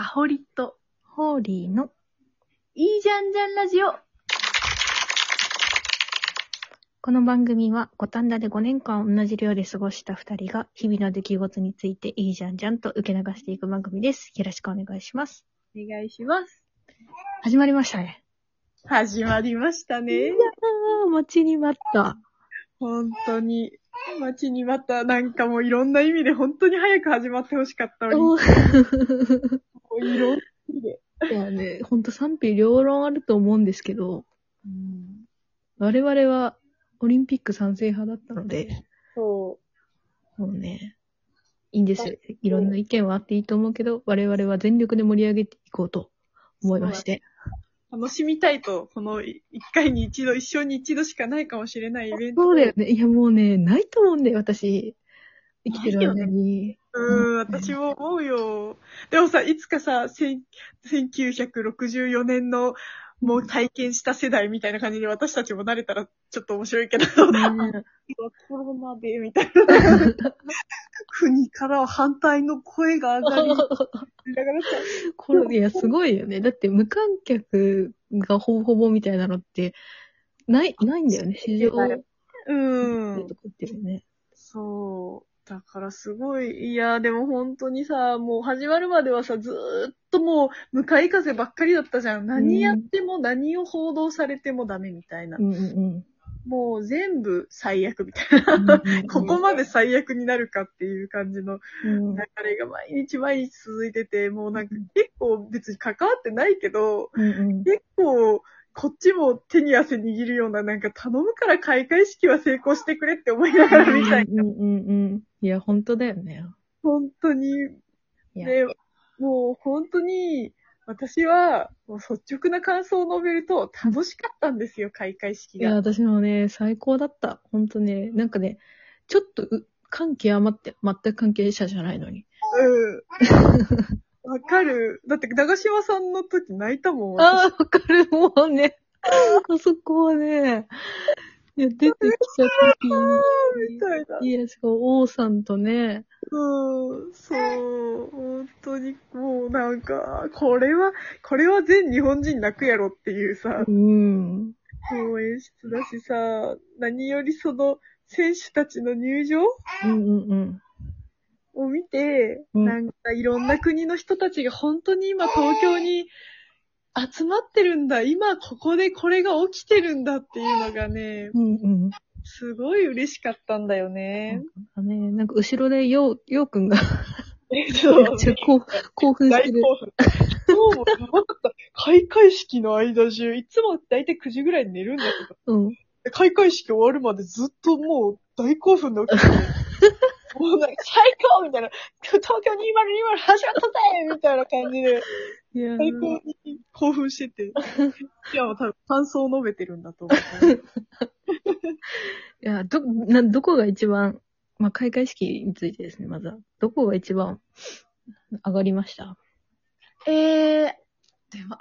カホリとホーリーのいいじゃんじゃんラジオ。 この番組は五反田で5年間同じ寮で過ごした2人が日々の出来事についていいじゃんじゃんと受け流していく番組です。よろしくお願いします。 お願いします。 始まりましたね。 始まりましたね。 待ちに待った。 本当に待ちに待った。なんかもういろんな意味で本当に早く始まってほしかったのに。いろんな意味で。 いやね、ほんと賛否両論あると思うんですけど、我々はオリンピック賛成派だったので、 そう。 もうね、いいんですよ。いろんな意見はあっていいと思うけど、我々は全力で盛り上げていこうと思いまして。 楽しみたいと、この一回に一度、一生に一度しかないかもしれないイベント。 そうだよね。いやもうね、ないと思うんだよ、私。生きてる間に。 私も思うよ。でもさ、いつかさ、1964年のもう体験した世代みたいな感じで私たちもなれたらちょっと面白いけど、 ね、 コロナで、みたいな。国からは反対の声が上がり。だからさ、 これ、いや、すごいよね。だって無観客がほぼほぼみたいなのって、ないんだよね、市場。とか言ってるね。 そう。だからすごい、いや、でも本当にさ、もう始まるまではさ、ずーっともう向かい風ばっかりだったじゃん。何やっても何を報道されてもダメみたいな。もう全部最悪みたいな。ここまで最悪になるかっていう感じの流れが毎日毎日続いてて、もうなんか結構別に関わってないけど、結構、こっちも手に汗握るような、なんか頼むから開会式は成功してくれって思いながらみたいな。 いや、本当だよね。 本当に。で、もう本当に、私は、もう率直な感想を述べると、楽しかったんですよ、開会式が。 いや、私もね、最高だった。本当ね、なんかね、ちょっと感極まって、全く関係者じゃないのに。 わかる。だって、長島さんの時泣いたもん。 わかる。もうね。あそこはね、いや、出てきた時に、 みたいな。 いや、しかも王さんとね。 そう、本当に、もうなんか、これは全日本人泣くやろっていうさ、もう演出だしさ、何よりその、選手たちの入場を見て、なんかいろんな国の人たちが本当に今東京に集まってるんだ。今ここでこれが起きてるんだっていうのがね、すごい嬉しかったんだよね。 なんか後ろでようくんがめっちゃ興奮してる。 そうもなかった。開会式の間中、いつもだいたい9時ぐらいに寝るんだけど、開会式終わるまでずっともう大興奮で起きて、もうなんか最高みたいな、東京2020始まったぜみたいな感じで、最高に興奮してて、いや、多分感想を述べてるんだと思う。 いや、どこが一番、まあ、開会式についてですね、まずは。どこが一番上がりました？ でも上がった。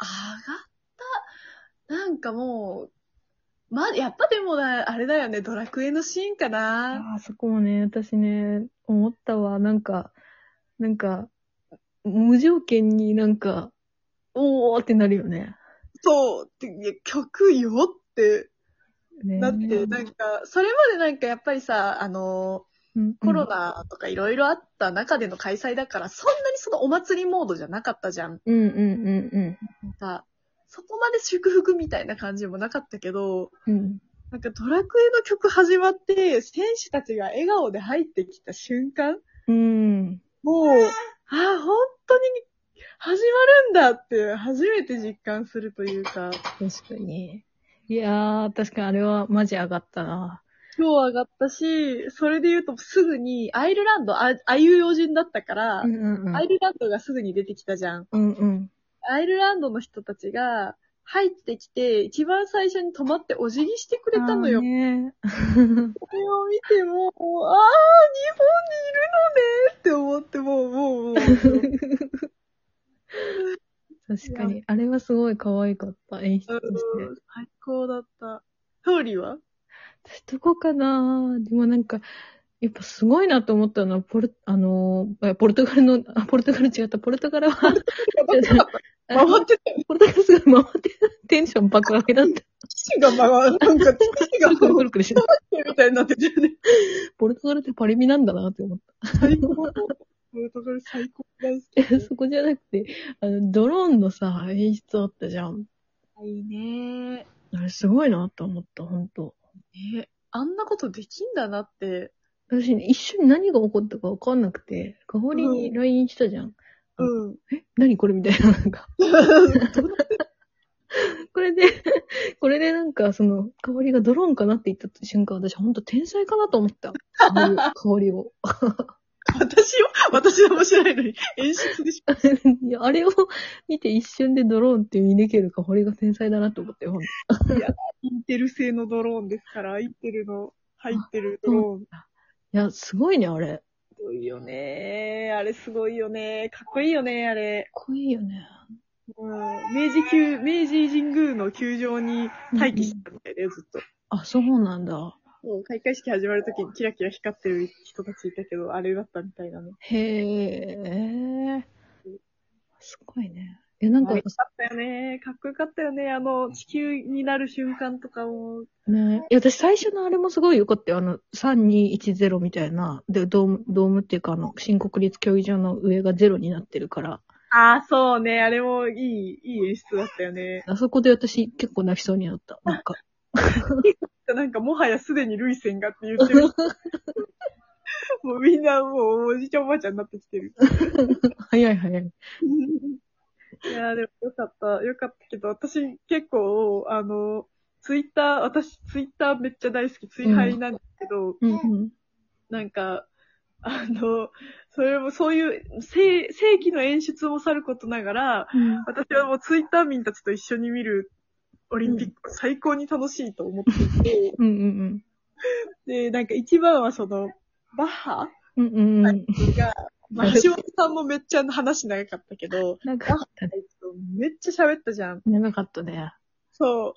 なんかもう、やっぱでもあれだよね、ドラクエのシーンかな。 そこもね、私ね、思ったわ。なんか、無条件になんか、おーってなるよね。 そう、曲よって、だって、なんか、それまでなんかやっぱりさ、コロナとかいろいろあった中での開催だから、そんなにそのお祭りモードじゃなかったじゃん。なんか、そこまで祝福みたいな感じもなかったけど、なんかドラクエの曲始まって、選手たちが笑顔で入ってきた瞬間、もう、本当に始まるんだって初めて実感するというか。 確かに。いやー、確かにあれはマジ上がったな。 今日上がったし、それで言うとすぐにアイルランド、あいう要人だったから、アイルランドがすぐに出てきたじゃん。アイルランドの人たちが入ってきて、一番最初に止まってお辞儀してくれたのよ。それを見ても、日本にいるのねって思って、もう。 確かに。あれはすごい可愛かった、演出として。 最高だった。トーリーは？ 私どこかな？でもなんか、 やっぱすごいなと思ったのは、ポルトガル違った、ポルトガルは、 回ってたよ。 ポルトガルすごい回ってた。テンション爆上げだった。 父がなんか、父がくるくるくるしてた。 みたいになっててね。 ポルトガルってパリミなんだなって思った。 最高。ポルトガル最高大好き。 そこじゃなくて、ドローンのさ、演出あったじゃん。 いいね。 あれすごいなと思った、ほんと。 あんなことできんだなって。 私ね、一緒に何が起こったか分かんなくて、かほりに LINE したじゃん。 うん。 何これみたいな、なんか。これでなんか、その、かほりがドローンかなって言った瞬間、私ほんと天才かなと思った。そういうかほりを。 私は面白いのに、演出でしょ。 いや、あれを見て一瞬でドローンって見抜けるかほりが天才だなと思ってよ、ほんと。 いや、インテル製のドローンですから、インテルの入ってるドローン。 いや、すごいね、あれ。 すごいよね。あれすごいよね。かっこいいよね、あれ。 かっこいいよね。 明治神宮の球場に待機してたみたいだよ、ずっと。 あ、そうなんだ。 開会式始まるときにキラキラ光ってる人たちいたけど、あれだったみたいなの。 へー。すごいね。なんか。 かっこよかったよね。かっこよかったよね。地球になる瞬間とかも。 ね。いや、私最初のあれもすごいよかったよ。3210みたいな。で、ドームっていうか、新国立競技場の上が0になってるから。 ああ、そうね。あれもいい演出だったよね。 あそこで私結構泣きそうになった。なんか。 なんかもはやすでに涙腺がって言ってる。もうみんなもうおじいちゃんおばあちゃんになってきてる。 早い。 いやーでもよかったけど、私結構、ツイッターめっちゃ大好き、ツイハイなんですけど、なんか、それもそういう正規の演出もさることながら、私はもうツイッター民たちと一緒に見るオリンピック最高に楽しいと思っていて、で、なんか一番はその、バッハが、橋本さんもめっちゃ話長かったけど、 長かったね。 めっちゃ喋ったじゃん。 長かったね。 そう。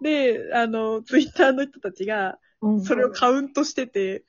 で、ツイッターの人たちが、それをカウントしてて、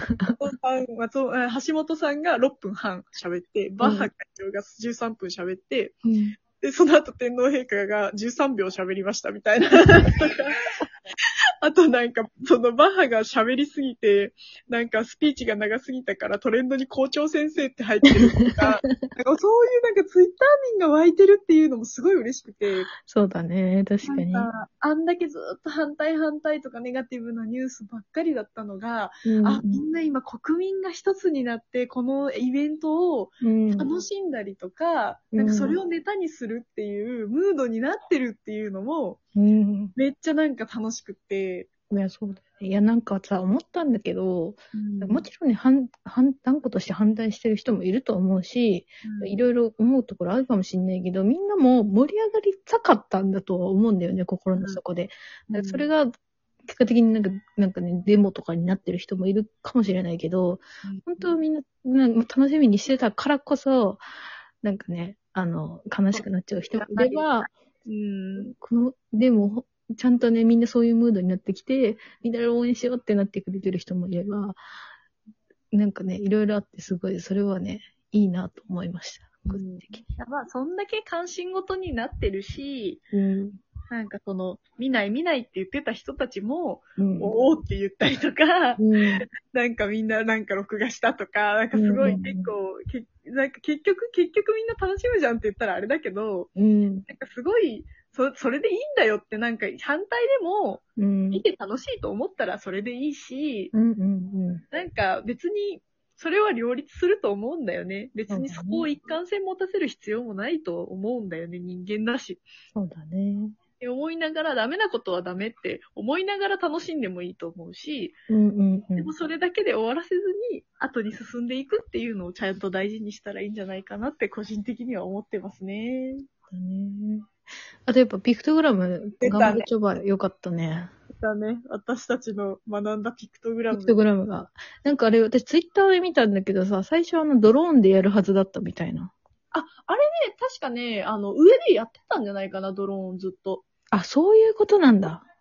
橋本さんが6分半喋って、バッハ会長が13分喋って、で、その後天皇陛下が13秒喋りましたみたいな。あとなんか、そのバッハが喋りすぎて、なんかスピーチが長すぎたからトレンドに校長先生って入ってるとか、なんかそういうなんかツイッター民が湧いてるっていうのもすごい嬉しくて。 そうだね、確かに。 あんだけずっと反対とかネガティブなニュースばっかりだったのが、みんな今国民が一つになってこのイベントを楽しんだりとか、なんかそれをネタにするっていうムードになってるっていうのも、めっちゃなんか楽しくって。 いや、そうだね。いや、なんかさ、思ったんだけど、もちろんね、断固として反対してる人もいると思うし、いろいろ思うところあるかもしんないけど、みんなも盛り上がりたかったんだとは思うんだよね、心の底で。それが、結果的になんかね、デモとかになってる人もいるかもしれないけど、本当みんな、楽しみにしてたからこそ、なんかね、悲しくなっちゃう人もいれば、でも、ちゃんとね、みんなそういうムードになってきて、みんなで応援しようってなってくれてる人もいれば、なんかね、いろいろあってすごい、それはね、いいなと思いました。個人的に。 まあ、そんだけ関心事になってるし、なんかその、見ないって言ってた人たちも、おーって言ったりとか、なんかみんななんか録画したとか、なんかすごい結構、なんか結局みんな楽しむじゃんって言ったらあれだけど、なんかすごい、それでいいんだよって、なんか反対でも、見て楽しいと思ったらそれでいいし、なんか別に、それは両立すると思うんだよね。別にそこを一貫性持たせる必要もないと思うんだよね、人間だし。 そうだね。 思いながらダメなことはダメって思いながら楽しんでもいいと思うし、でもそれだけで終わらせずに後に進んでいくっていうのをちゃんと大事にしたらいいんじゃないかなって個人的には思ってますね。 あとやっぱピクトグラム、ガンバチョバよかったね。 だね。私たちの学んだピクトグラム。 ピクトグラムが。なんかあれ、私ツイッターで見たんだけどさ、最初ドローンでやるはずだったみたいな。 あれね、確かね、上でやってたんじゃないかな、ドローンずっと。 あ、そういうことなんだ。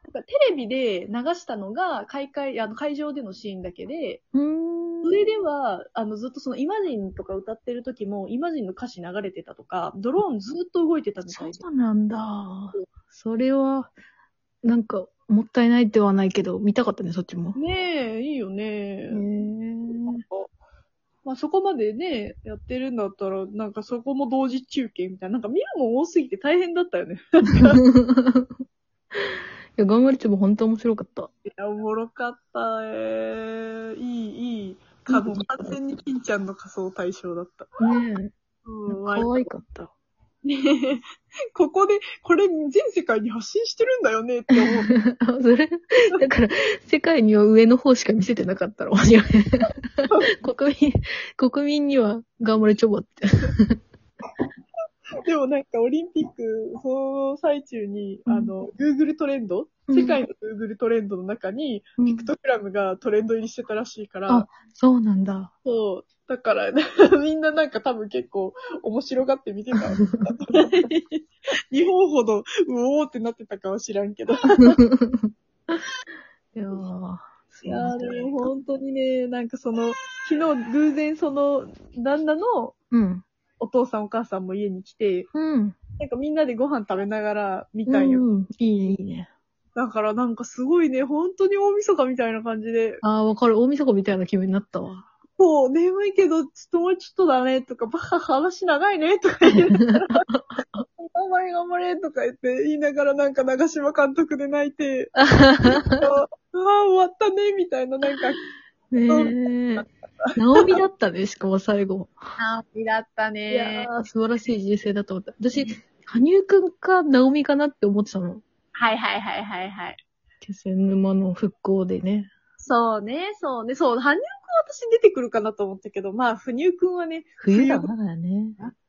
なんかテレビで流したのが会場でのシーンだけで、それでは、ずっとそのイマジンとか歌ってる時も、イマジンの歌詞流れてたとか、ドローンずっと動いてたみたいで。 そうなんだ。それは、なんか、もったいないではないけど、見たかったね、そっちも。 ねえ、いいよね。まあそこまでね、やってるんだったら、なんかそこも同時中継みたいな、なんか見るもん多すぎて大変だったよね。 いや、頑張りちょも本当面白かった。 いや、おもろかった。いい。完全に金ちゃんの仮装対象だった。 ねえ。可愛かった。 ねえ。これ全世界に発信してるんだよねって思う。 それ、だから、世界には上の方しか見せてなかったら面白い。国民には頑張れちょぼって。 でもなんかオリンピック、その最中に、Google トレンド、世界の Google トレンドの中に、ピクトグラムがトレンド入りしてたらしいから。 あ、そうなんだ。 そう。だから、みんななんか多分結構面白がって見てた。日本ほど、うおーってなってたかは知らんけど。いやーでも本当にね、なんか昨日偶然旦那の、お父さんお母さんも家に来て、なんかみんなでご飯食べながら見たんよ。 いいね、いいね。 だからなんかすごいね、本当に大晦日みたいな感じで。 ああ、わかる。大晦日みたいな気分になったわ。 そう、眠いけど、もうちょっとだね、とか、バカ話長いね、とか言って。頑張れ、とか言いながらなんか長嶋監督で泣いて、ああ、終わったね、みたいな、なんか。 ねえ。直美だったね、しかも最後。 直美だったね。 いやー、素晴らしい人生だと思った。私、羽生くんか直美かなって思ってたの。 はい。 気仙沼の復興でね。 そうね。羽生くん私出てくるかなと思ったけど、まあ、羽生くんはね。 冬だからね。